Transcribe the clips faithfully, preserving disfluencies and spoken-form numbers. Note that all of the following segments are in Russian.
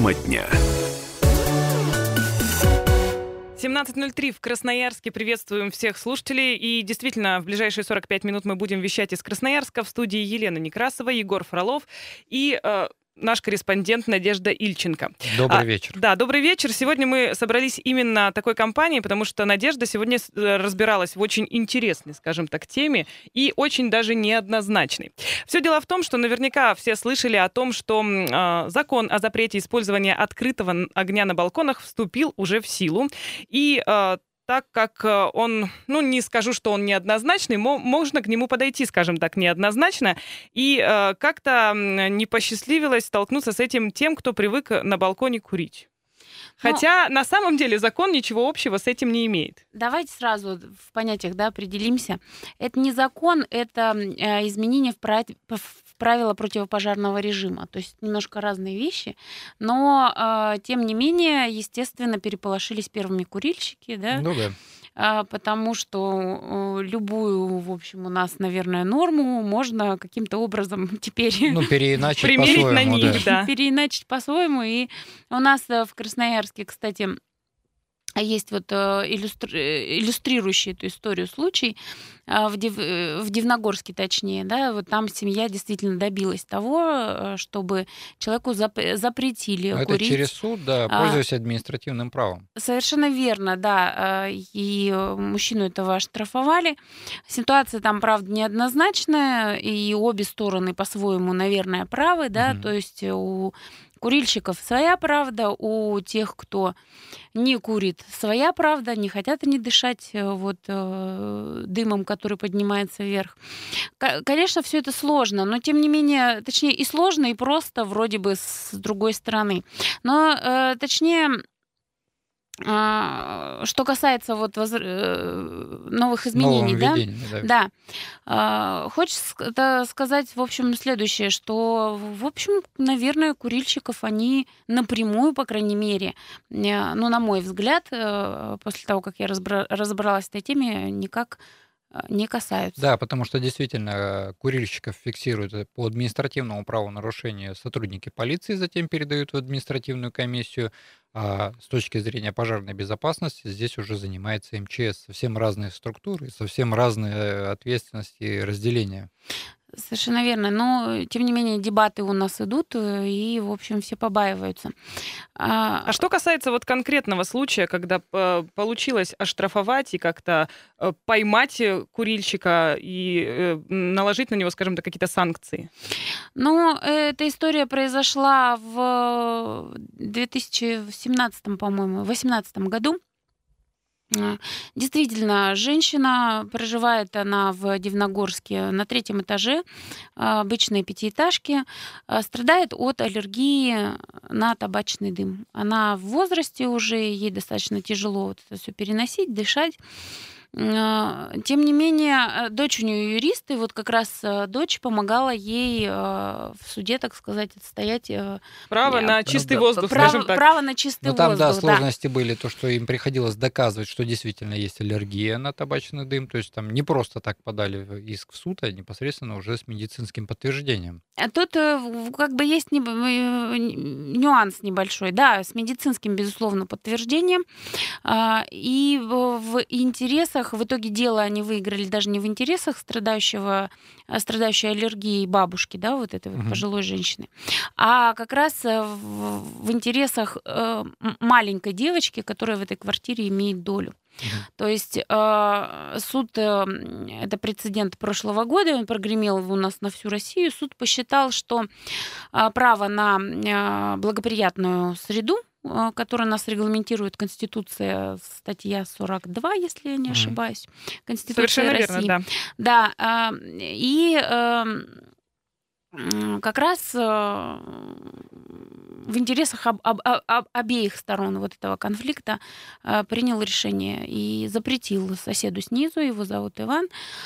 Тема дня. семнадцать ноль три в Красноярске. Приветствуем всех слушателей. И действительно, в ближайшие сорок пять минут мы будем вещать из Красноярска. В студии Елена Некрасова, Егор Фролов и э, наш корреспондент Надежда Ильченко. Добрый а, вечер. Да, добрый вечер. Сегодня мы собрались именно такой компанией, потому что Надежда сегодня разбиралась в очень интересной, скажем так, теме и очень даже неоднозначной. Все дело в том, что наверняка все слышали о том, что э, закон о запрете использования открытого огня на балконах вступил уже в силу. И э, так как он, ну, не скажу, что он неоднозначный, можно к нему подойти, скажем так, неоднозначно. И э, как-то не посчастливилось столкнуться с этим тем, кто привык на балконе курить. Хотя Но... на самом деле закон ничего общего с этим не имеет. Давайте сразу в понятиях, да, определимся. Это не закон, это э, изменение в, прав... в правила противопожарного режима. То есть немножко разные вещи. Но, э, тем не менее, естественно, переполошились первыми курильщики, да? Ну да. Потому что любую, в общем, у нас, наверное, норму можно каким-то образом теперь ну, переиначить примерить на них, да. Переиначить по-своему. И у нас в Красноярске, кстати, есть вот иллюстри... иллюстрирующий эту историю случай в, Див... в Дивногорске, точнее, да, вот там семья действительно добилась того, чтобы человеку зап... запретили Но курить. Это через суд, да, пользуясь а... административным правом. Совершенно верно, да, и мужчину этого оштрафовали. Ситуация там, правда, неоднозначная, и обе стороны по-своему, наверное, правы, да, угу. То есть у курильщиков своя правда, у тех, кто не курит, своя правда, не хотят они дышать вот э, дымом, который поднимается вверх. К- конечно, все это сложно, но тем не менее, точнее, и сложно, и просто вроде бы с другой стороны. Но, э, точнее, что касается вот воз... новых изменений, да? Да. да. Хочется сказать, в общем, следующее, что, в общем, наверное, курильщиков они напрямую, по крайней мере, ну, на мой взгляд, после того, как я разобралась в этой теме, никак не касаются. Да, потому что действительно курильщиков фиксируют по административному правонарушению сотрудники полиции, затем передают в административную комиссию, а с точки зрения пожарной безопасности здесь уже занимается эм че эс. Совсем разные структуры, совсем разные ответственности и разделения. Совершенно верно. Но, тем не менее, дебаты у нас идут, и, в общем, все побаиваются. А, а что касается вот конкретного случая, когда э, получилось оштрафовать и как-то э, поймать курильщика и э, наложить на него, скажем так, какие-то санкции? Ну, эта история произошла в две тысячи семнадцатом, по-моему, восемнадцатом году. Действительно, женщина, проживает она в Дивногорске на третьем этаже обычной пятиэтажки, страдает от аллергии на табачный дым. Она в возрасте уже, ей достаточно тяжело вот это все переносить, дышать. Тем не менее, дочь у нее юрист, и вот как раз дочь помогала ей в суде, так сказать, отстоять... Право на чистый ну, воздух, право, скажем так. Право на чистый Но там, воздух, да, сложности да. были, то, что им приходилось доказывать, что действительно есть аллергия на табачный дым, то есть там не просто так подали иск в суд, а непосредственно уже с медицинским подтверждением. Тут как бы есть нюанс небольшой, да, с медицинским, безусловно, подтверждением, и в интересах в итоге дело они выиграли даже не в интересах страдающего, страдающей аллергией бабушки, да, вот этой вот пожилой женщины, а как раз в, в интересах маленькой девочки, которая в этой квартире имеет долю. Uh-huh. То есть э, суд, э, это прецедент прошлого года, он прогремел у нас на всю Россию, суд посчитал, что э, право на э, благоприятную среду, э, которую у нас регламентирует Конституция, статья сорок два, если я не ошибаюсь, uh-huh. Конституция Совершенно России. Верно, да. Да, э, и э, как раз э, в интересах об, об, об, обеих сторон вот этого конфликта э, принял решение и запретил соседу снизу, его зовут Иван,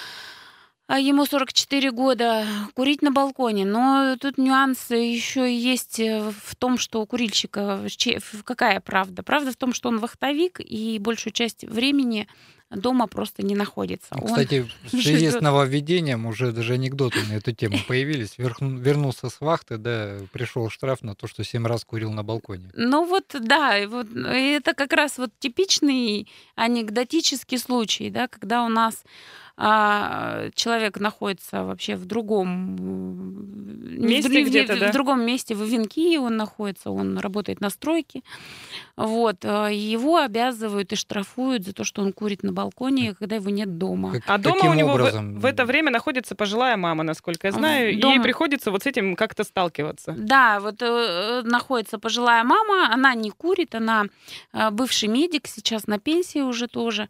ему сорок четыре года, курить на балконе. Но тут нюанс еще есть в том, что у курильщика какая правда? Правда в том, что он вахтовик и большую часть времени дома просто не находится. Ну, Он кстати, в связи с живет. нововведением уже даже анекдоты на эту тему появились. Верхну- Вернулся с вахты, да, пришел штраф на то, что семь раз курил на балконе. Ну вот, да, и вот и это как раз вот типичный анекдотический случай, да, когда у нас а, человек находится вообще в другом м, не в, Месте дру- в- где-то, в да? другом месте, в Ивенки он находится, он работает на стройке, вот, а, его обязывают и штрафуют за то, что он курит на балконе, когда его нет дома. Как- А дома у каким него в, образом? в это время находится пожилая мама, насколько я В- знаю, и ей Дом, приходится вот с этим как-то сталкиваться. да, вот э, находится пожилая мама, она не курит, она э, бывший медик, сейчас на пенсии уже тоже.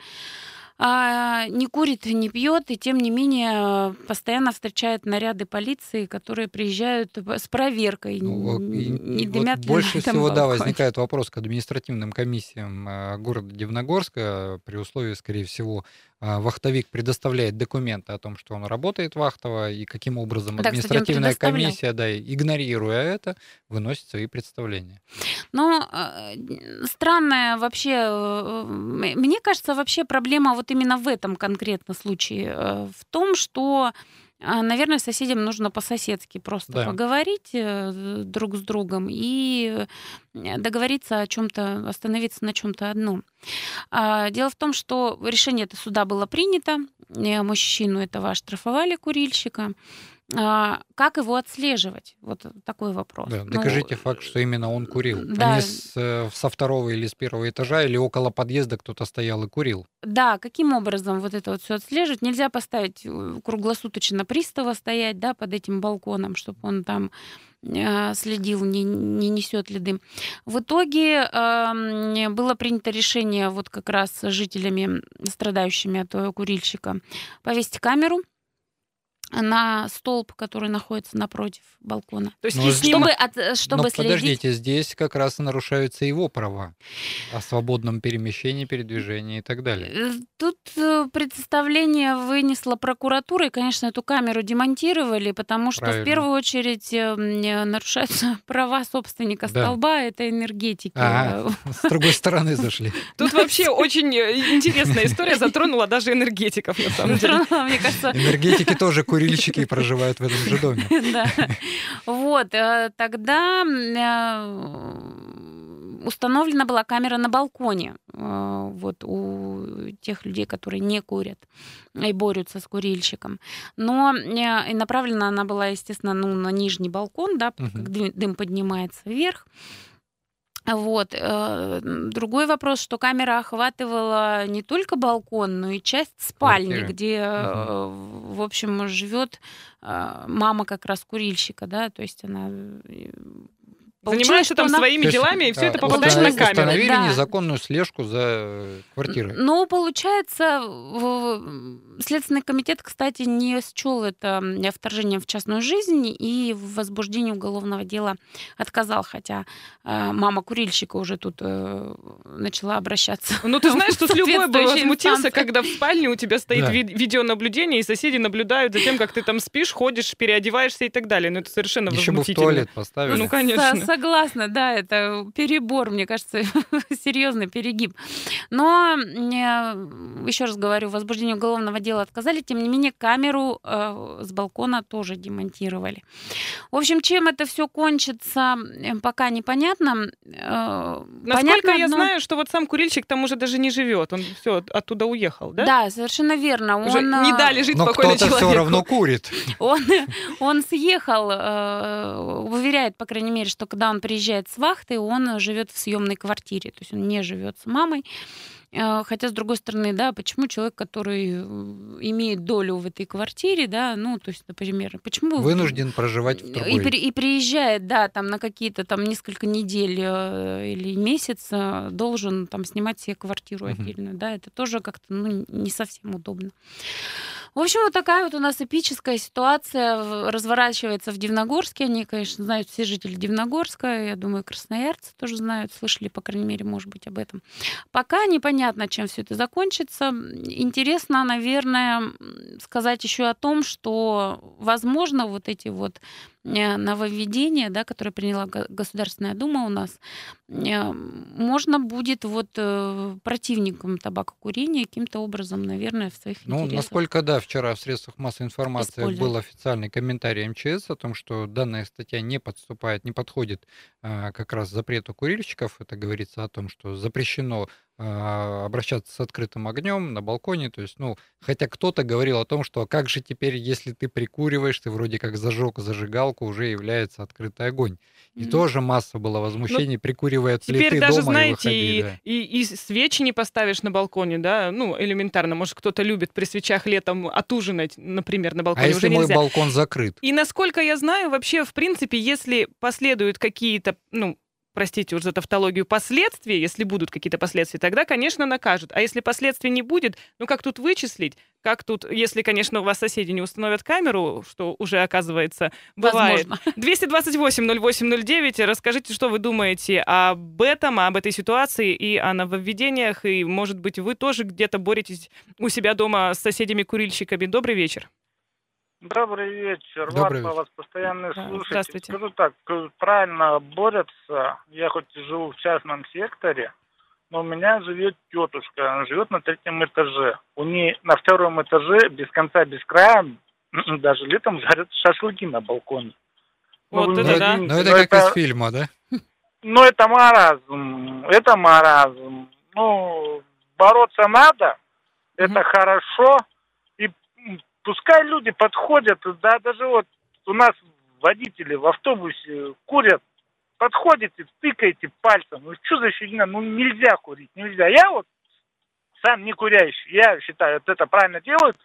А, не курит, не пьет, и тем не менее э, постоянно встречает наряды полиции, которые приезжают п- с проверкой, Ну, н- и- не и вот дымят ли на больше этом всего, да, балконе. возникает вопрос к административным комиссиям э, города Дивногорска при условии, скорее всего, а, вахтовик предоставляет документы о том, что он работает вахтово, и каким образом Да, кстати, он административная предоставлял. комиссия, да, игнорируя это, выносит свои представления. Ну, э, странная вообще, э, м- мне кажется, вообще проблема вот именно в этом конкретно случае, э, в том, что, э, наверное, соседям нужно по-соседски просто Да. поговорить э, друг с другом и э, договориться о чем-то, остановиться на чем-то одном. А, Дело в том, что решение это суда было принято, э, мужчину этого оштрафовали, курильщика. А, Как его отслеживать? Вот такой вопрос. Да, Ну, докажите факт, что именно он курил. А да, не с, э, со второго или с первого этажа, или около подъезда кто-то стоял и курил. да, каким образом вот это вот все отслеживать? Нельзя поставить э, круглосуточно пристава стоять, да, под этим балконом, чтобы он там э, следил, не, не несет ли дым. В итоге эм, было принято решение вот как раз с жителями, страдающими от э, курильщика, повесить камеру на столб, который находится напротив балкона, То есть Ну, и с- с ним... чтобы, от- э, чтобы Но следить. подождите, здесь как раз и нарушаются его права о свободном перемещении, передвижении и так далее. Э, Тут э, представление вынесла прокуратура, и, конечно, эту камеру демонтировали, потому что в Правильно. первую очередь э, м, э, нарушаются права собственника Да. столба, это энергетики. Ага, Э, с другой стороны зашли. Тут вообще очень э, интересная история, затронула даже энергетиков, на самом деле. затронула, мне кажется, Энергетики тоже курильщики и проживают в этом же доме. да. Вот, э, тогда м, э, установлена была камера на балконе, э, вот у тех людей, которые не курят и борются с курильщиком. Но э, и направлена она была, естественно, ну, на нижний балкон, да, Мгм. как дым, дым поднимается вверх. Вот. э, Другой вопрос, что камера охватывала не только балкон, но и часть спальни, Квартиры. где, э, в общем, живет э, мама как раз курильщика, да, то есть она э, получилось, Занимается что там она- своими То есть, делами, и все а, это Получилось, попадает на установ- камеру. Установили Да. незаконную слежку за э, квартирой. Ну, получается, в- Следственный комитет, кстати, не счел это м, вторжением в частную жизнь и в возбуждении уголовного дела отказал, хотя э, мама курильщика уже тут э, начала обращаться. Ну, ты знаешь, что с любой бы Соответствующие возмутился, инстанции. когда в спальне у тебя стоит Да. ви- видеонаблюдение, и соседи наблюдают за тем, как ты там спишь, ходишь, переодеваешься и так далее. Ну, это совершенно Еще бы в возмутительно. туалет поставили. Ну, конечно. Со- Согласна, да, это перебор, мне кажется, серьезный перегиб. Но, еще раз говорю, возбуждение уголовного дела отказали, тем не менее, камеру э, с балкона тоже демонтировали. В общем, чем это все кончится, э, пока непонятно. Э, Насколько понятно я одно- знаю, что вот сам курильщик там уже даже не живет. Он все оттуда уехал, да? Да, совершенно верно. Уже Он, не э, дали жить Но спокойно кто-то все человеку. равно курит. Он, он съехал, э, уверяет, по крайней мере, что когда он приезжает с вахты, он живет в съемной квартире, то есть он не живет с мамой. Э, Хотя, с другой стороны, да, почему человек, который э, имеет долю в этой квартире, да, ну, то есть, например, почему... Вынужден проживать в И, другой. при- и приезжает, да, там на какие-то там несколько недель э, или месяц э, должен там снимать себе квартиру Мгм. отдельную, да, это тоже как-то, ну, не совсем удобно. В общем, вот такая вот у нас эпическая ситуация в- разворачивается в Дивногорске. Они, конечно, знают все жители Дивногорска. Я думаю, красноярцы тоже знают, слышали, по крайней мере, может быть, об этом. Пока непонятно, чем все это закончится. Интересно, наверное, м, сказать еще о том, что, возможно, вот эти вот нововведение, да, которое приняла Государственная Дума у нас, можно будет вот противникам табакокурения каким-то образом, наверное, в своих Ну, интересах. насколько, да, вчера в средствах массовой информации был официальный комментарий эм че эс о том, что данная статья не подступает, не подходит а, как раз запрету курильщиков. Это говорится о том, что запрещено а, обращаться с открытым огнем на балконе. То есть, ну, хотя кто-то говорил о том, что как же теперь, если ты прикуриваешь, ты вроде как зажег зажигалку, уже является открытый огонь. И mm-hmm. тоже масса было возмущений, ну, прикуривая от плиты даже, дома знаете, и выходи. И, да. и, и свечи не поставишь на балконе, да, ну, элементарно. Может, кто-то любит при свечах летом отужинать, например, на балконе. А если уже мой нельзя. балкон закрыт? И насколько я знаю, вообще, в принципе, если последуют какие-то, ну, простите уж за тавтологию, последствия, если будут какие-то последствия, тогда, конечно, накажут. А если последствий не будет, ну как тут вычислить? Как тут, если, конечно, у вас соседи не установят камеру, что уже, оказывается, бывает. Возможно. двести двадцать восемь ноль восемь ноль девять. Расскажите, что вы думаете об этом, об этой ситуации и о нововведениях. И, может быть, вы тоже где-то боретесь у себя дома с соседями-курильщиками. Добрый вечер. Добрый вечер. Добрый Варта, вечер. вас постоянно Да, слушать. здравствуйте. Скажу так, правильно борются. Я хоть и живу в частном секторе, но у меня живет тетушка. Она живет на третьем этаже. У нее на втором этаже без конца, без края, даже летом жарят шашлыки на балконе. Вот ну, это да. Ну, это как это... из фильма, да? Ну, это маразм. Это маразм. Ну, бороться надо. Mm-hmm. Это хорошо. И пускай люди подходят, да, даже вот у нас водители в автобусе курят, подходите, тыкаете пальцем, ну что за фигня, ну нельзя курить, нельзя. Я вот сам не курящий, я считаю, вот это правильно делают.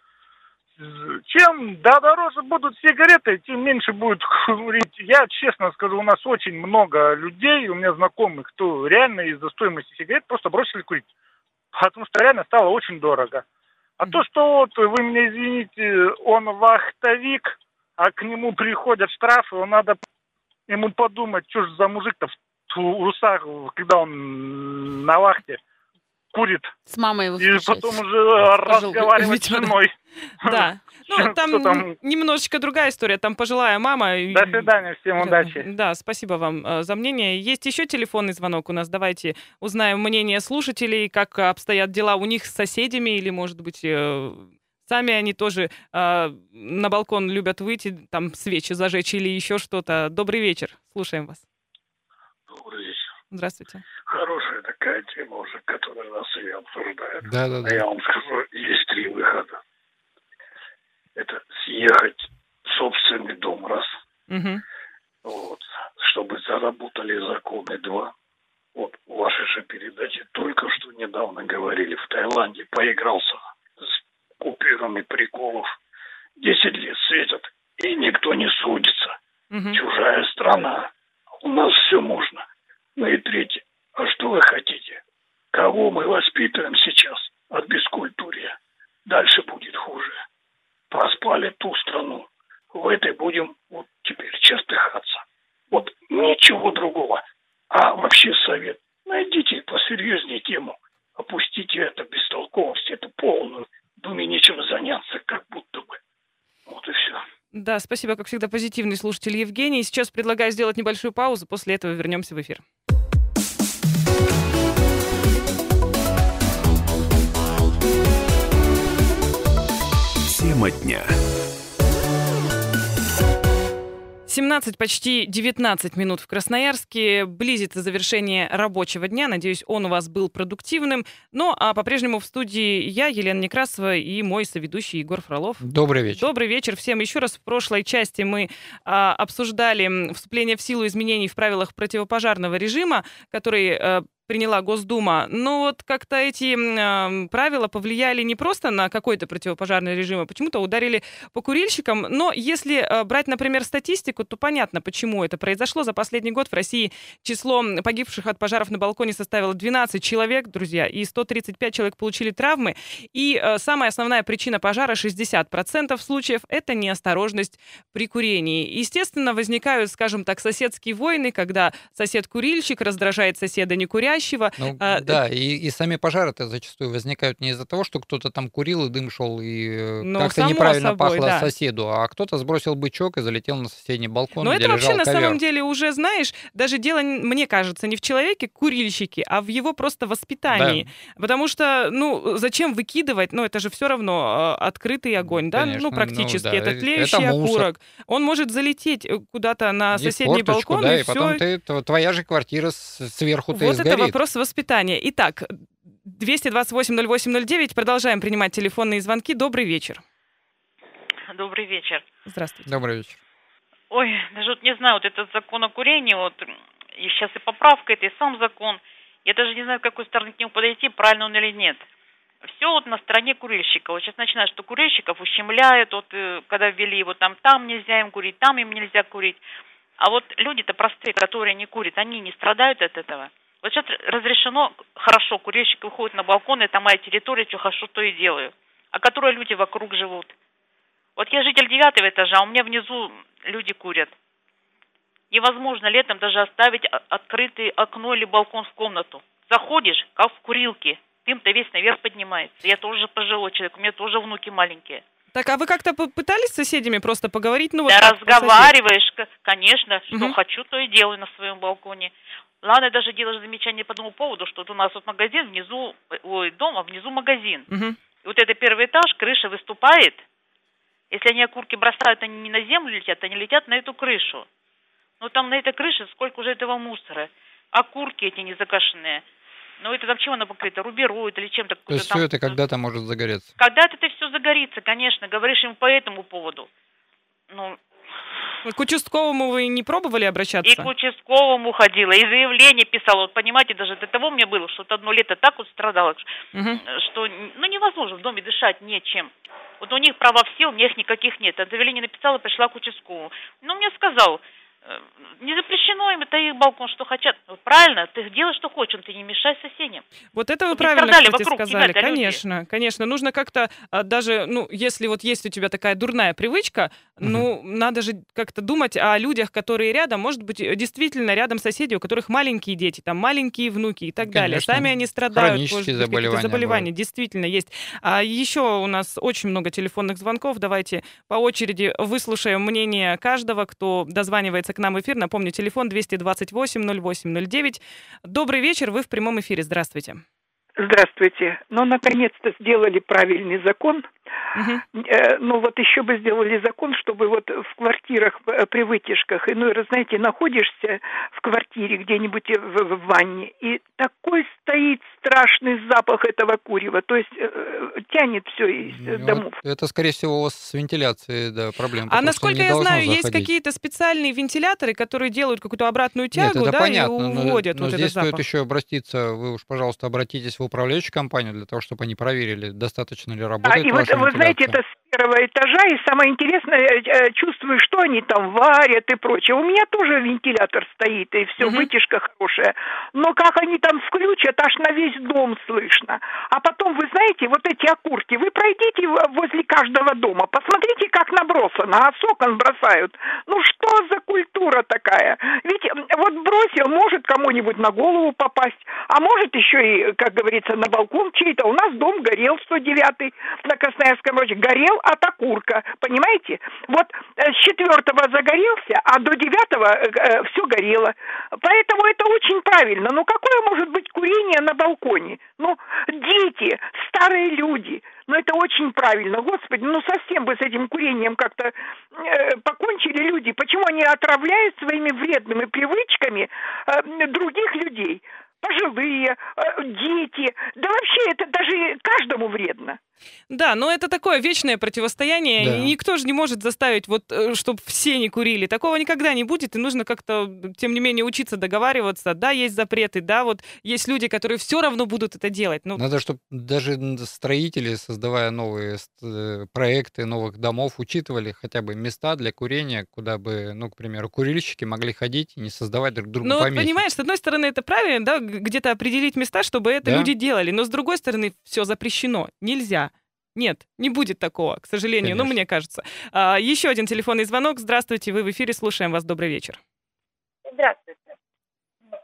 Чем да, дороже будут сигареты, тем меньше будет курить. Я честно скажу, у нас очень много людей, у меня знакомых, кто реально из-за стоимости сигарет просто бросили курить. Потому что реально стало очень дорого. А mm-hmm. то, что вот, вы меня извините, он вахтовик, а к нему приходят штрафы, он надо ему подумать, что же за мужик-то в трусах, когда он на вахте курит. С мамой его и встречать. потом уже разговаривать с женой. Да. Ну, там, там немножечко другая история. Там пожилая мама. До свидания, всем удачи. Да, спасибо вам э, за мнение. Есть еще телефонный звонок у нас. Давайте узнаем мнение слушателей, как обстоят дела у них с соседями, или, может быть, э, сами они тоже э, на балкон любят выйти, там свечи зажечь или еще что-то. Добрый вечер. Слушаем вас. Добрый вечер. Здравствуйте. Хорошая такая тема уже, которая нас и обсуждает. Да, да, да. А я вам скажу, есть три выхода. Это съехать в собственный дом, раз. Угу. Вот. Чтобы заработали законы, два. Вот в вашей же передаче только что недавно говорили, в Таиланде поигрался с купюрами приколов. Десять лет светят, и никто не судится. Угу. Чужая страна. У нас все можно. Ну и третье. А что вы хотите? Кого мы воспитываем сейчас от бескультурья? Дальше будет хуже. Проспали ту страну. В этой будем вот теперь чертыхаться. Вот ничего другого. А вообще совет. Найдите посерьезнее тему. Опустите это бестолковость, это полную. Думаю, нечем заняться, как будто бы. Вот и все. Да, спасибо, как всегда, позитивный слушатель Евгений. Сейчас предлагаю сделать небольшую паузу. После этого вернемся в эфир. Тема дня. семнадцать, почти девятнадцать минут в Красноярске. Близится завершение рабочего дня. Надеюсь, он у вас был продуктивным. Ну, а по-прежнему в студии я, Елена Некрасова, и мой соведущий Егор Фролов. Добрый вечер. Добрый вечер всем еще раз. В прошлой части мы а, обсуждали вступление в силу изменений в правилах противопожарного режима, который а, приняла Госдума. Но вот как-то эти э, правила повлияли не просто на какой-то противопожарный режим, а почему-то ударили по курильщикам. Но если э, брать, например, статистику, то понятно, почему это произошло. За последний год в России число погибших от пожаров на балконе составило двенадцать человек, друзья, и сто тридцать пять человек получили травмы. И э, самая основная причина пожара, шестьдесят процентов случаев, это неосторожность при курении. Естественно, возникают, скажем так, соседские войны, когда сосед-курильщик раздражает соседа некурящего, курящего. Ну, А, да, и, и сами пожары-то зачастую возникают не из-за того, что кто-то там курил и дым шел, и э, Ну, как-то само неправильно собой, пахло да. соседу, а кто-то сбросил бычок и залетел на соседний балкон, Но где это вообще лежал на ковер. самом деле уже, знаешь, даже дело, н- мне кажется, не в человеке, курильщике, а в его просто воспитании. Потому что, ну, зачем выкидывать? Ну, это же все равно э, открытый огонь, да? Конечно, Ну, ну практически. да, Это э, это тлеющий мусор. окурок. Он может залететь э, куда-то на И в соседний форточку, балкон, да, и и потом все. ты, тв- твоя же квартира с- сверху-то и Вот это сгорит. вопрос воспитания. Итак, двести двадцать восемь ноль восемь ноль девять, продолжаем принимать телефонные звонки. Добрый вечер. Добрый вечер. Здравствуйте. Добрый вечер. Ой, даже вот не знаю, вот этот закон о курении, вот и сейчас и поправка, это и сам закон. Я даже не знаю, с какой стороны к нему подойти, правильно он или нет. Все вот на стороне курильщиков. Вот сейчас начинают, что курильщиков ущемляют, вот э, когда ввели его там, там нельзя им курить, там им нельзя курить. А вот люди-то простые, которые не курят, они не страдают от этого. Вот сейчас разрешено, хорошо, курильщики выходят на балкон, это моя территория, что хочу, то и делаю. А которые люди вокруг живут. Вот я житель девятого этажа, а у меня внизу люди курят. Невозможно летом даже оставить о- открытый окно или балкон в комнату. Заходишь, как в курилке, дым-то весь наверх поднимается. Я тоже пожилой человек, у меня тоже внуки маленькие. Так, а вы как-то пытались с соседями просто поговорить? Ну, вот Да так, по-соседски? разговариваешь, к- конечно, что Мгм. хочу, то и делаю на своем балконе. Ладно, я даже делаю замечание по тому поводу, что вот у нас вот магазин внизу, ой, дом, а внизу магазин. Мгм. И вот это первый этаж, крыша выступает. Если они окурки бросают, они не на землю летят, они летят на эту крышу. Но там на этой крыше сколько уже этого мусора. Окурки эти незакашенные. Ну это там чем оно покрыто? Рубероид или чем-то? То есть там... все это когда-то может загореться. Когда-то это все загорится, конечно. Говоришь им по этому поводу. Ну, К участковому вы не пробовали обращаться? и к участковому ходила, и заявление писала. Вот понимаете, даже до того мне было, что одно лето так вот страдала, Мгм. что ну невозможно в доме дышать нечем. Вот у них права все, у меня их никаких нет. А заявление написала, пришла к участковому. Ну, мне сказал, э, не запрещено им, это их балкон, что хотят. Ну, правильно, ты делай, что хочешь, но ты не мешай соседям. Вот это вы Чтобы не правильно, страдали кстати, вокруг сказали. тебя-то люди. Конечно, конечно. Нужно как-то а, даже, ну, если вот есть у тебя такая дурная привычка, Мгм. ну, надо же как-то думать о людях, которые рядом. Может быть, э, действительно рядом соседи, у которых маленькие дети, там маленькие внуки и так далее. Конечно. Сами они страдают. Хронические может быть, какие-то заболевания заболевания действительно есть. А еще у нас очень много телефонных звонков. Давайте по очереди выслушаем мнение каждого, кто дозванивается к нам в эфир. Напомню, телефон двести двадцать восемь ноль восемь ноль девять. Добрый вечер, вы в прямом эфире. Здравствуйте. Здравствуйте. Ну, наконец-то сделали правильный закон. Мгм. Э, ну, вот еще бы сделали закон, чтобы вот в квартирах, э, при вытяжках, и, ну, и, знаете, находишься в квартире где-нибудь в, в ванне, и такой стоит страшный запах этого курева, то есть э, тянет все из э, Ну, домов. это, скорее всего, у вас с вентиляцией, да, проблема. А потому что насколько не я должно знаю, есть заходить. какие-то специальные вентиляторы, которые делают какую-то обратную Нет, тягу, это да, понятно, и но, уводят но вот здесь этот запах. стоит еще обратиться, вы уж, пожалуйста, обратитесь в управляющую компанию для того, чтобы они проверили, достаточно ли А, работает и вот, ваша вы знаете, вентиляция. это с первого этажа, и самое интересное, э, э, чувствую, что они там варят и прочее. У меня тоже вентилятор стоит, и все, Мгм. вытяжка хорошая. Но как они там включат, аж на весь дом слышно. А потом, вы знаете, вот эти окурки, вы пройдите в- возле каждого дома, посмотрите, как набросано, а с окон бросают. Ну что за культура такая? Ведь м, вот бросил, может кому-нибудь на голову попасть, а может еще и, как говорится, на балкон чей-то. У нас дом горел, сто девятый на Красноярском роще, горел от окурка, понимаете? Вот э, с четвертого загорелся, а до девятого все горело. Поэтому это очень правильно. Ну какое может быть курение на балконе? Ну, дети, старые люди. Ну это очень правильно. Господи, ну совсем бы с этим курением как-то э, покончили люди. Почему они отравляют своими вредными привычками э, других людей? Пожилые, э, дети. Да вообще это даже каждому вредно. Да, но это такое вечное противостояние. Да. и Никто же не может заставить, вот, чтобы все не курили. Такого никогда не будет, и нужно как-то, тем не менее, учиться договариваться. Да, есть запреты, да, вот есть люди, которые все равно будут это делать. Ну, Надо, чтобы даже н- строители, создавая новые ст- э, проекты новых домов, учитывали хотя бы места для курения, куда бы, ну, к примеру, курильщики могли ходить и не создавать друг другу Ну, вот помехи. понимаешь, с одной стороны, это правильно, да, г- где-то определить места, чтобы это Да. люди делали, но с другой стороны, все запрещено, нельзя. Нет, не будет такого, к сожалению, ну, Конечно. мне кажется. А, еще один телефонный звонок. Здравствуйте, вы в эфире, слушаем вас. Добрый вечер. Здравствуйте.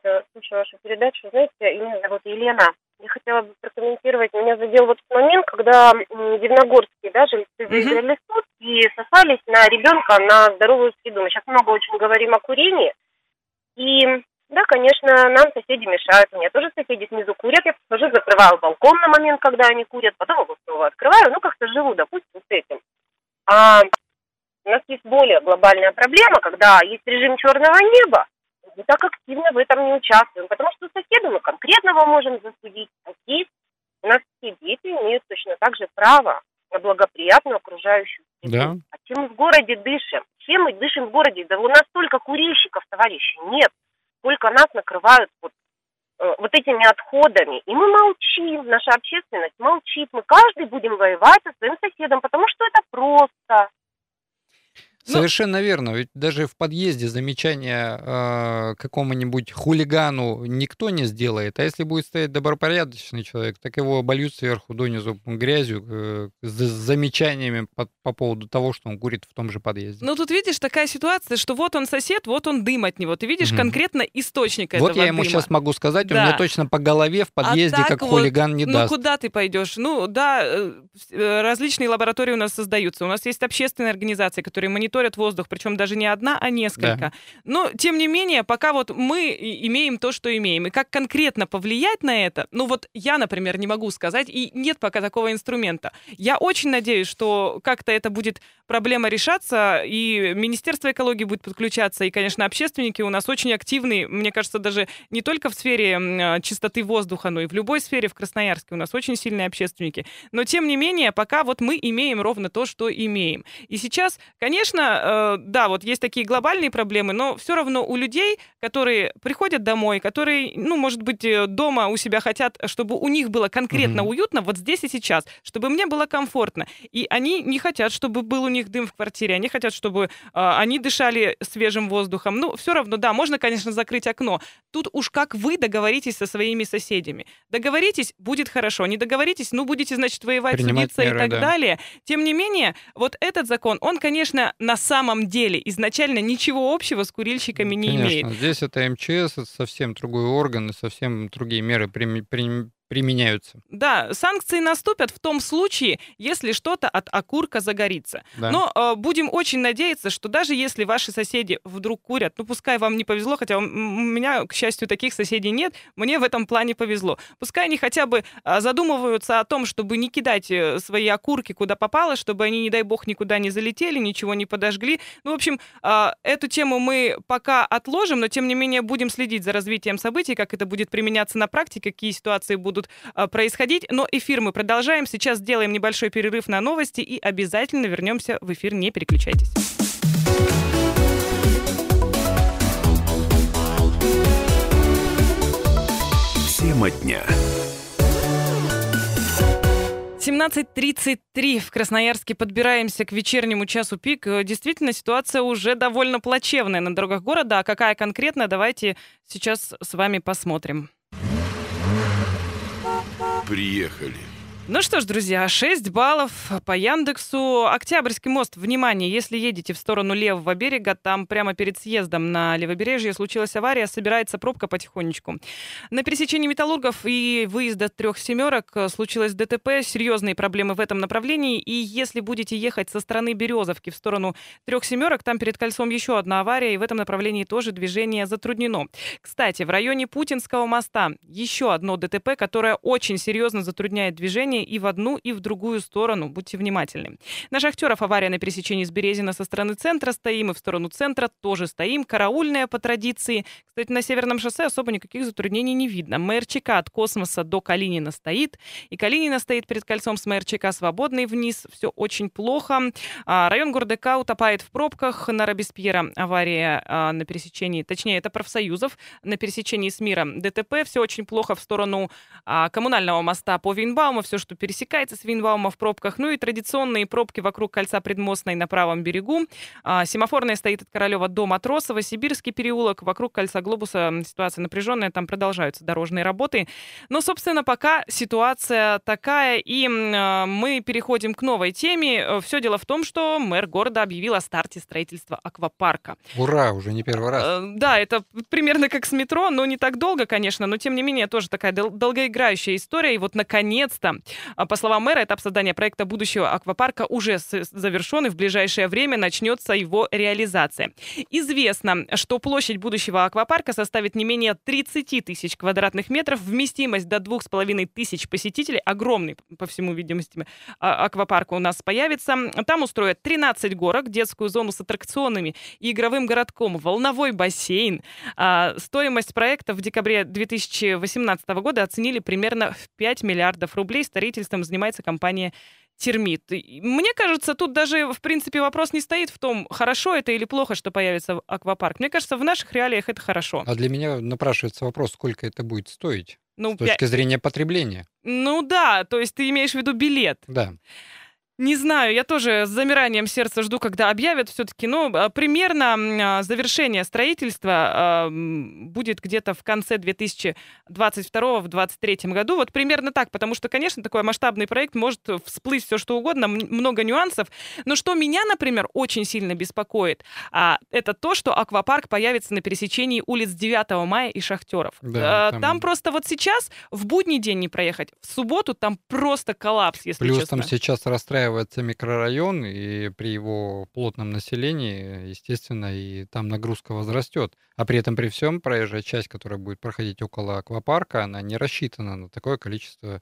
слушаю вашу передачу. Знаете, меня зовут Елена. Я хотела бы прокомментировать. Меня задел вот момент, когда дивногорские, да, жильцы выиграли суд и сослались на ребенка на здоровую среду. Мы сейчас много очень говорим о курении. И, да, конечно, нам соседи мешают. У меня тоже соседи снизу курят. Я подхожу, закрываю балкон на момент, когда они курят. Потом его снова открываю. Ну, как-то живу, допустим, с этим. А у нас есть более глобальная проблема, когда есть режим черного неба. Мы так активно в этом не участвуем, потому что соседа мы конкретного можем засудить. А здесь у нас все дети имеют точно так же право на благоприятную окружающую среду. Да. А чем мы в городе дышим? Чем мы дышим в городе? Да у нас столько курильщиков, товарищи, нет. Сколько нас накрывают вот, э, вот этими отходами. И мы молчим, наша общественность молчит. Мы каждый будем воевать со своим соседом, потому что это просто. Совершенно верно. Ведь даже в подъезде замечания э, какому-нибудь хулигану никто не сделает. А если будет стоять добропорядочный человек, так его обольют сверху донизу грязью э, с замечаниями по, по поводу того, что он курит в том же подъезде. Ну, тут видишь, такая ситуация, что вот он сосед, вот он дым от него. Ты видишь Мгм. конкретно источник Вот этого я ему дыма. сейчас могу сказать, он Да. мне точно по голове в подъезде, А так как вот, хулиган, не ну, даст. куда ты пойдешь? Ну, да, э, э, различные лаборатории у нас создаются. У нас есть общественные организации, которые мониторят воздух, причем даже не одна, а несколько. Да. Но, тем не менее, пока вот мы и- имеем то, что имеем. И как конкретно повлиять на это, ну вот я, например, не могу сказать, и нет пока такого инструмента. Я очень надеюсь, что как-то это будет проблема решаться, и Министерство экологии будет подключаться, и, конечно, общественники у нас очень активные, мне кажется, даже не только в сфере м, чистоты воздуха, но и в любой сфере в Красноярске у нас очень сильные общественники. Но, тем не менее, пока вот мы имеем ровно то, что имеем. И сейчас, конечно, э, да, вот есть такие глобальные проблемы, но все равно у людей, которые приходят домой, которые, ну, может быть, э, дома у себя хотят, чтобы у них было конкретно Мгм. уютно, вот здесь и сейчас, чтобы мне было комфортно. И они не хотят, чтобы был у них дым в квартире, они хотят, чтобы а, они дышали свежим воздухом. Ну, все равно, да, можно, конечно, закрыть окно. Тут уж как вы договоритесь со своими соседями. Договоритесь, будет хорошо. Не договоритесь, ну, будете, значит, воевать, Принимать судиться меры, и так да. далее. Тем не менее, вот этот закон, он, конечно, на самом деле изначально ничего общего с курильщиками не Конечно, имеет. здесь это эм че эс, это совсем другой орган, и совсем другие меры прими- прим- применяются. Да, санкции наступят в том случае, если что-то от окурка загорится. Да. Но э, будем очень надеяться, что даже если ваши соседи вдруг курят, ну пускай вам не повезло, хотя у м- у меня, к счастью, таких соседей нет, мне в этом плане повезло. Пускай они хотя бы а, задумываются о том, чтобы не кидать э, свои окурки куда попало, чтобы они, не дай бог, никуда не залетели, ничего не подожгли. Ну, в общем, а, эту тему мы пока отложим, но тем не менее будем следить за развитием событий, как это будет применяться на практике, какие ситуации будут а, происходить. Но эфир мы продолжаем. Сейчас сделаем небольшой перерыв на новости и обязательно вернемся в эфир. Не переключайтесь. Тема дня. семнадцать тридцать три в Красноярске. Подбираемся к вечернему часу пик. Э, Действительно, ситуация уже довольно плачевная на дорогах города. А какая конкретно, давайте сейчас с вами посмотрим. Приехали. Ну что ж, друзья, шесть баллов по Яндексу. Октябрьский мост. Внимание, если едете в сторону левого берега, там прямо перед съездом на левобережье случилась авария, собирается пробка потихонечку. На пересечении Металлургов и выезда трех семерок случилось ДТП, серьезные проблемы в этом направлении. И если будете ехать со стороны Березовки в сторону трех семерок, там перед кольцом еще одна авария, и в этом направлении тоже движение затруднено. Кстати, в районе Путинского моста еще одно ДТП, которое очень серьезно затрудняет движение и в одну, и в другую сторону. Будьте внимательны. На Шахтеров авария на пересечении с Березина со стороны центра стоим, и в сторону центра тоже стоим. Караульная по традиции. Кстати, на Северном шоссе особо никаких затруднений не видно. МРЧК от Космоса до Калинина стоит, и Калинина стоит перед кольцом с МРЧК свободный вниз. Все очень плохо. А, район города К утопает в пробках. На Робеспьера авария а, на пересечении, точнее, это профсоюзов, на пересечении с Миром ДТП. Все очень плохо в сторону а, коммунального моста по Вейнбауму. Все что пересекается с Винбаума в пробках. Ну и традиционные пробки вокруг кольца Предмостной на правом берегу. А, семафорная стоит от Королева до Матросова, Сибирский переулок. Вокруг кольца Глобуса ситуация напряженная, там продолжаются дорожные работы. Но, собственно, пока ситуация такая, и э, мы переходим к новой теме. Все дело в том, что мэр города объявил о старте строительства аквапарка. Ура, уже не первый раз. Э, да, это примерно как с метро, но не так долго, конечно, но тем не менее тоже такая дол- долгоиграющая история. И вот, наконец-то, по словам мэра, этап создания проекта будущего аквапарка уже с- завершен, и в ближайшее время начнется его реализация. Известно, что площадь будущего аквапарка составит не менее тридцать тысяч квадратных метров, вместимость до двух с половиной тысяч посетителей, огромный, по всему видимости, аквапарк у нас появится. Там устроят тринадцать горок, детскую зону с аттракционами и игровым городком, волновой бассейн. А, стоимость проекта в декабре две тысячи восемнадцатого года оценили примерно в пять миллиардов рублей. Строительством занимается компания Термит. И мне кажется, тут даже, в принципе, вопрос не стоит в том, хорошо это или плохо, что появится аквапарк. Мне кажется, в наших реалиях это хорошо. А для меня напрашивается вопрос, сколько это будет стоить Ну, с точки пя- зрения потребления. ну да, то есть ты имеешь в виду билет. Да. Не знаю, я тоже с замиранием сердца жду, когда объявят все-таки. Но а, примерно м, а, завершение строительства а, м, будет где-то в конце две тысячи двадцать второго, в двадцать третьем году. Вот примерно так, потому что, конечно, такой масштабный проект может всплыть все что угодно, м- много нюансов. Но что меня, например, очень сильно беспокоит, а, это то, что аквапарк появится на пересечении улиц девятого мая и Шахтеров. Да, А, там- там просто вот сейчас в будний день не проехать, в субботу там просто коллапс, если Плюс честно. там сейчас расстраивается микрорайон, и при его плотном населении, естественно, и там нагрузка возрастет. А при этом, при всем, проезжая часть, которая будет проходить около аквапарка, она не рассчитана на такое количество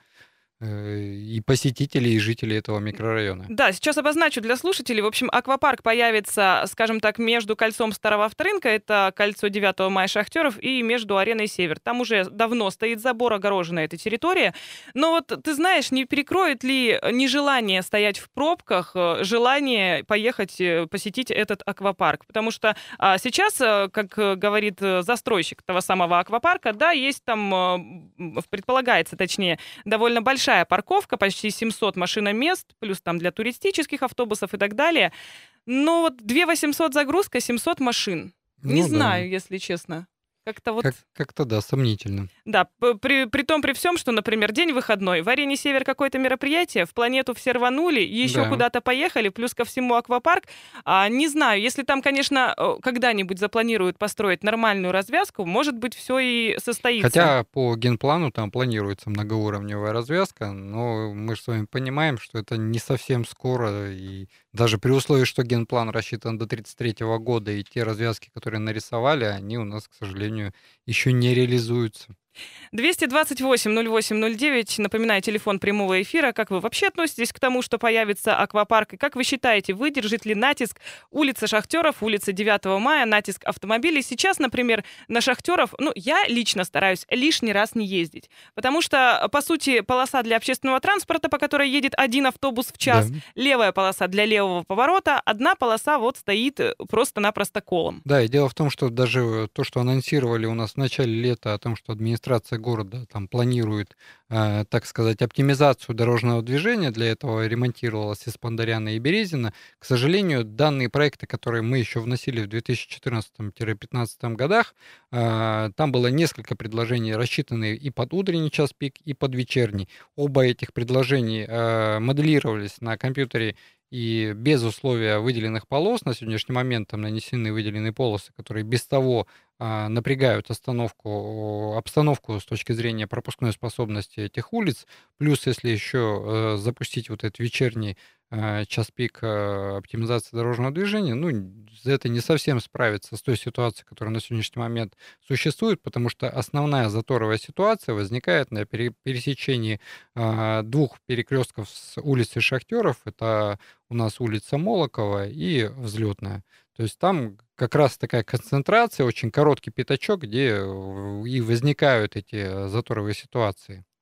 э, и посетителей, и жителей этого микрорайона. Да, сейчас обозначу для слушателей. В общем, аквапарк появится, скажем так, между кольцом Старого Авторынка, это кольцо девятого мая Шахтеров, и между Ареной Север. Там уже давно стоит забор, огорожена эта территория. Но вот ты знаешь, не перекроет ли нежелание стоять в пробках э, желание поехать э, посетить этот аквапарк? Потому что а, сейчас, э, как э, говорит э, застройщик того самого аквапарка, да, есть там, э, м, предполагается, точнее, довольно большая парковка, почти семьсот машиномест, плюс там для туристических автобусов и так далее. Но вот две тысячи восемьсот загрузка, семьсот машин. Не Ну да. знаю, если честно. Как-то вот... Как- как-то да, сомнительно. Да, п- при, при том, при всем, что, например, день выходной, в Арене Север какое-то мероприятие, в Планету все рванули, еще Да. куда-то поехали, плюс ко всему аквапарк. А, не знаю, если там, конечно, э, когда-нибудь запланируют построить нормальную развязку, может быть, все и состоится. Хотя по генплану там планируется многоуровневая развязка, но мы же с вами понимаем, что это не совсем скоро, и даже при условии, что генплан рассчитан до тридцать третьего года, и те развязки, которые нарисовали, они у нас, к сожалению, еще не реализуются. двести двадцать восемь ноль восемь ноль девять, напоминаю, телефон прямого эфира. Как вы вообще относитесь к тому, что появится аквапарк? И как вы считаете, выдержит ли натиск улица Шахтеров, улица девятого мая, натиск автомобилей? Сейчас, например, на Шахтеров, ну, я лично стараюсь лишний раз не ездить. Потому что, по сути, полоса для общественного транспорта, по которой едет один автобус в час, Да. левая полоса для левого поворота, одна полоса вот стоит просто-напросто колом. Да, и дело в том, что даже то, что анонсировали у нас в начале лета о том, что администрация города там планирует, э, так сказать, оптимизацию дорожного движения, для этого ремонтировалась Испандаряна и Березина. К сожалению, данные проекты, которые мы еще вносили в две тысячи четырнадцатом-пятнадцатом годах, э, там было несколько предложений, рассчитанные и под утренний час пик, и под вечерний. Оба этих предложений э, моделировались на компьютере и без условия выделенных полос. На сегодняшний момент там нанесены выделенные полосы, которые без того а, напрягают остановку, обстановку с точки зрения пропускной способности этих улиц. Плюс, если еще э, запустить вот этот вечерний э, час пик э, оптимизации дорожного движения, ну, это не совсем справится с той ситуацией, которая на сегодняшний момент существует, потому что основная заторовая ситуация возникает на пере- пересечении э, двух перекрестков с улицы Шахтеров. Это у нас улица Молокова и Взлетная. То есть там как раз такая концентрация, очень короткий пятачок, где э, и возникают эти заторовые ситуации.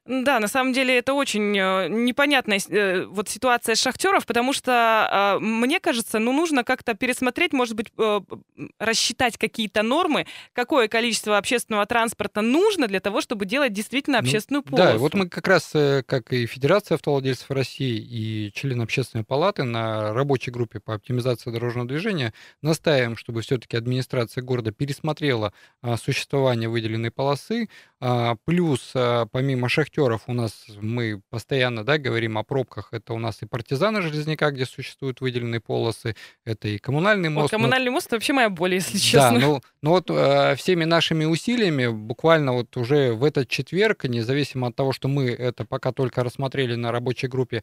Да, на самом деле это очень э, непонятная э, вот ситуация шахтеров, потому что э, мне кажется, ну нужно как-то пересмотреть, может быть, э, рассчитать какие-то нормы, какое количество общественного транспорта нужно для того, чтобы делать действительно общественную ну, полосу. Да, вот мы как раз, э, как и Федерация автовладельцев России, и член Общественной палаты на рабочей группе по оптимизации дорожного движения настаиваем, чтобы все-таки администрация города пересмотрела а, существование выделенной полосы, а, плюс а, помимо шахтеров у нас мы постоянно, да, говорим о пробках. Это у нас и партизаны Железняка, где существуют выделенные полосы, это и коммунальный мост. О, коммунальный мост — это вообще моя боль, если Да, честно. ну, ну вот э, всеми нашими усилиями буквально вот уже в этот четверг, независимо от того, что мы это пока только рассмотрели на рабочей группе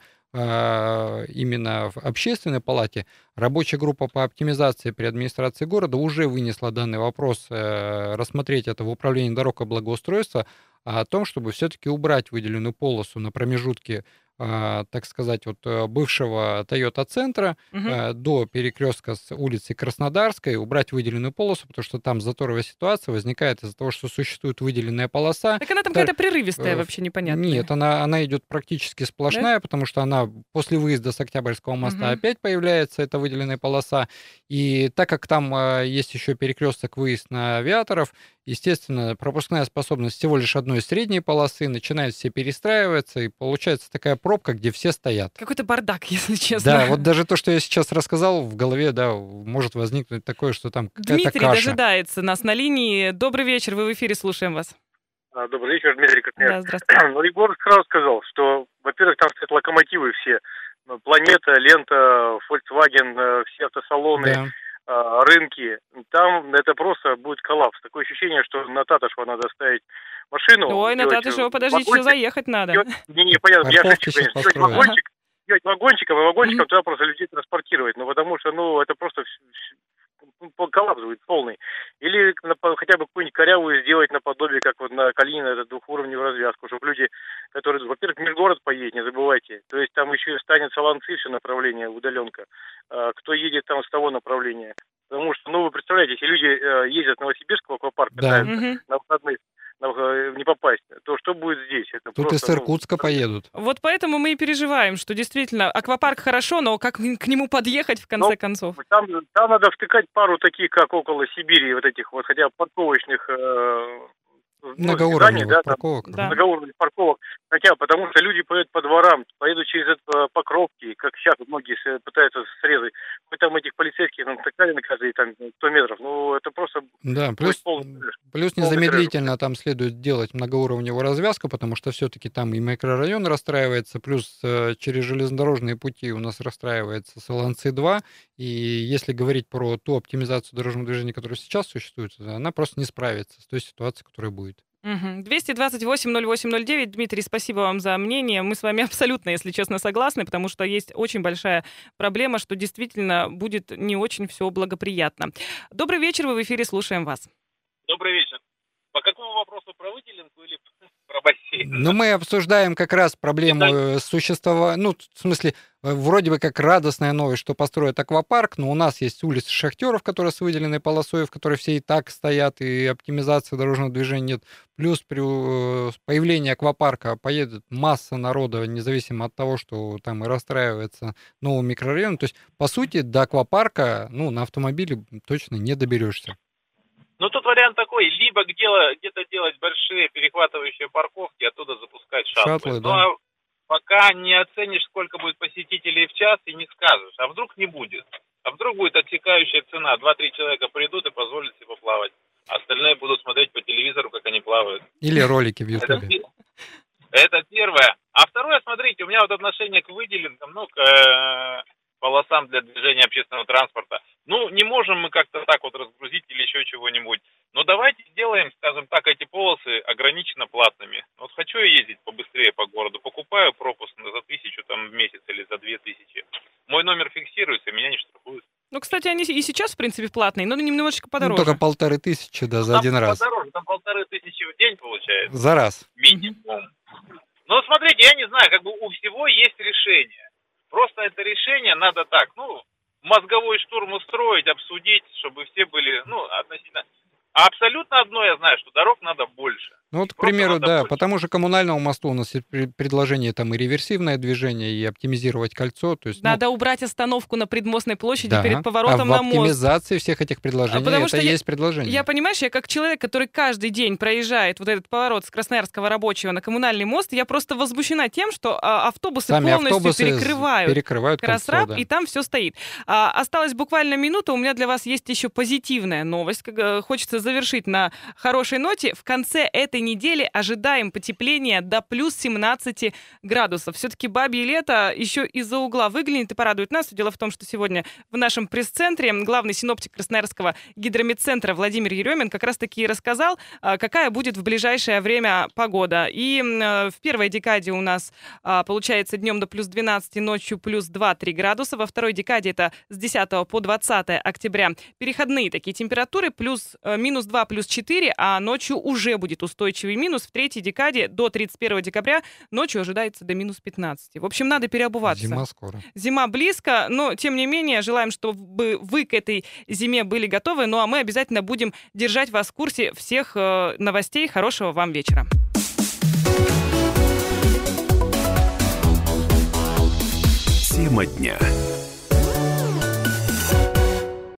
э, именно в общественной палате, рабочая группа по оптимизации при администрации города уже вынесла данный вопрос, э, рассмотреть это в управлении дорог и благоустройства, о том, чтобы все-таки убрать выделенную полосу на промежутке, а, так сказать, вот бывшего Toyota-центра Мгм. а, до перекрестка с улицы Краснодарской, убрать выделенную полосу, потому что там заторовая ситуация возникает из-за того, что существует выделенная полоса. Так она там Та- какая-то прерывистая, э, вообще непонятная. Нет, она, она идет практически сплошная, потому что она после выезда с Октябрьского моста Мгм. опять появляется, эта выделенная полоса. И так как там а, есть еще перекресток, выезд на Авиаторов, естественно, пропускная способность всего лишь одной средней полосы, начинает все перестраиваться, и получается такая пробка, где все стоят. Какой-то бардак, если честно. Да, вот даже то, что я сейчас рассказал, в голове, да, может возникнуть такое, что там какая-то Дмитрий каша. дожидается нас на линии. Добрый вечер, вы в эфире, слушаем вас. А, Добрый вечер, Дмитрий Да, Красноярск. здравствуйте. Ну, Егор сразу сказал, что, во-первых, там стоят локомотивы все. Ну, Планета, Лента, Volkswagen, э, все автосалоны, Да. э, рынки. Там это просто будет коллапс. Такое ощущение, что на Татышева надо ставить машину. Ой, на делать, Татышева, э, подождите, еще вагончик, заехать надо. делать- Не, не, понятно, я Парковки шучу, сейчас конечно. Делать построят. вагончик, делать вагончиком, и вагончиком туда просто людей транспортировать. Ну, потому что, ну, это просто вс- вс- ну, коллапс будет полный. Или на- хотя бы какую-нибудь корявую сделать наподобие, как вот на Калинина, это двухуровневую развязку, чтобы люди, которые, во-первых, межгород поедет, не забывайте. То есть там еще и станет Солонцы все направление, удаленка. А, кто едет там с того направления. Потому что, ну, вы представляете, если люди э, ездят в Новосибирск в аквапарк, Да. катаются Мгм. на выходных, на- э, не попасть, то что будет здесь? Это Тут просто, из ну, Иркутска поедут. Вот поэтому мы и переживаем, что действительно аквапарк хорошо, но как к нему подъехать в конце Ну, концов? Там, там надо втыкать пару таких, как около Сибири, вот этих вот, хотя бы парковочных э, ну, Многоуровневых зданий, да, там, парковок. Да. многоуровневых парковок. Хотя бы потому что люди поедут по дворам, поедут через это, Покровки, как сейчас вот многие с- пытаются срезать. Мы там этих полицейских натыкали на каждые там сто метров. Ну, это просто Да, будет плюс, полный трэш. плюс полный незамедлительно там следует делать многоуровневую развязку, потому что все-таки там и микрорайон расстраивается, плюс э, через железнодорожные пути у нас расстраивается Солонцы два, и если говорить про ту оптимизацию дорожного движения, которая сейчас существует, она просто не справится с той ситуацией, которая будет. Мгм. двести двадцать восемь ноль восемь ноль девять. Дмитрий, спасибо вам за мнение. Мы с вами абсолютно, если честно, согласны, потому что есть очень большая проблема, что действительно будет не очень все благоприятно. Добрый вечер, вы в эфире, слушаем вас. Добрый вечер. По какому вопросу, про выделенку или про бассейн? Но мы обсуждаем как раз проблему существования, ну, в смысле, э, вроде бы как радостная новость, что построят аквапарк, но у нас есть улица Шахтеров, которая с выделенной полосой, в которой все и так стоят, и оптимизации дорожного движения нет. Плюс при э, появлении аквапарка поедет масса народа, независимо от того, что там и расстраивается новый микрорайон. То есть, по сути, до аквапарка, ну, на автомобиле точно не доберешься. Ну, тут вариант такой, либо где- где-то делать большие перехватывающие парковки, оттуда запускать шаттлы. Шаттлы, Ну, да. а пока не оценишь, сколько будет посетителей в час, и не скажешь. А вдруг не будет? А вдруг будет отсекающая цена? Два-три человека придут и позволят себе поплавать. А остальные будут смотреть по телевизору, как они плавают. Или ролики в Это, Ютубе. пе- это первое. А второе, смотрите, у меня вот отношение к выделенкам, ну, к э, полосам для движения общественного транспорта. Ну, не можем мы как-то так вот разгрузить или еще чего-нибудь. Но давайте сделаем, скажем так, эти полосы ограниченно платными. Вот хочу я ездить побыстрее по городу, покупаю пропуск за тысячу там в месяц или за две тысячи. Мой номер фиксируется, меня не штрафуют. Ну, кстати, они и сейчас, в принципе, платные, но немножечко Ну, подороже. только полторы тысячи, да, за Там один раз. подороже, там полторы тысячи в день получается. За раз. Минимум. Ну, смотрите, я не знаю, как бы у всего есть решение. Просто это решение надо так, ну, мозговой штурм устроить, обсудить, чтобы все были, ну, относительно... А абсолютно одно я знаю, что дорог надо больше. Ну вот, к примеру, да, по тому же коммунальному мосту у нас есть предложение там и реверсивное движение, и оптимизировать кольцо. То есть, Надо ну, убрать остановку на Предмостной площади да, перед поворотом а в на мост. оптимизации всех этих предложений Потому это что и я- есть предложение. Я, понимаешь, я как человек, который каждый день проезжает вот этот поворот с Красноярского рабочего на коммунальный мост, я просто возмущена тем, что а, автобусы Сами полностью автобусы перекрывают, перекрывают кольцо, Красраб, да. и там все стоит. А, осталась буквально минута, у меня для вас есть еще позитивная новость. Как, э, Хочется завершить на хорошей ноте. В конце этой недели ожидаем потепления до плюс семнадцати градусов. Все-таки бабье лето еще из-за угла выглянет и порадует нас. Дело в том, что сегодня в нашем пресс-центре главный синоптик Красноярского гидрометцентра Владимир Еремин как раз-таки и рассказал, а, какая будет в ближайшее время погода. И м, в первой декаде у нас а, получается днем до плюс двенадцати, ночью плюс два-три градуса. Во второй декаде это с десятого по двадцатое октября. Переходные такие температуры плюс, э, минус два, плюс четыре, а ночью уже будет устойчивый минус. В третьей декаде до тридцать первого декабря ночью ожидается до минус пятнадцати. В общем, надо переобуваться. Зима скоро. Зима близко, но тем не менее желаем, чтобы вы к этой зиме были готовы. Ну а мы обязательно будем держать вас в курсе всех э, новостей. Хорошего вам вечера. Тема дня.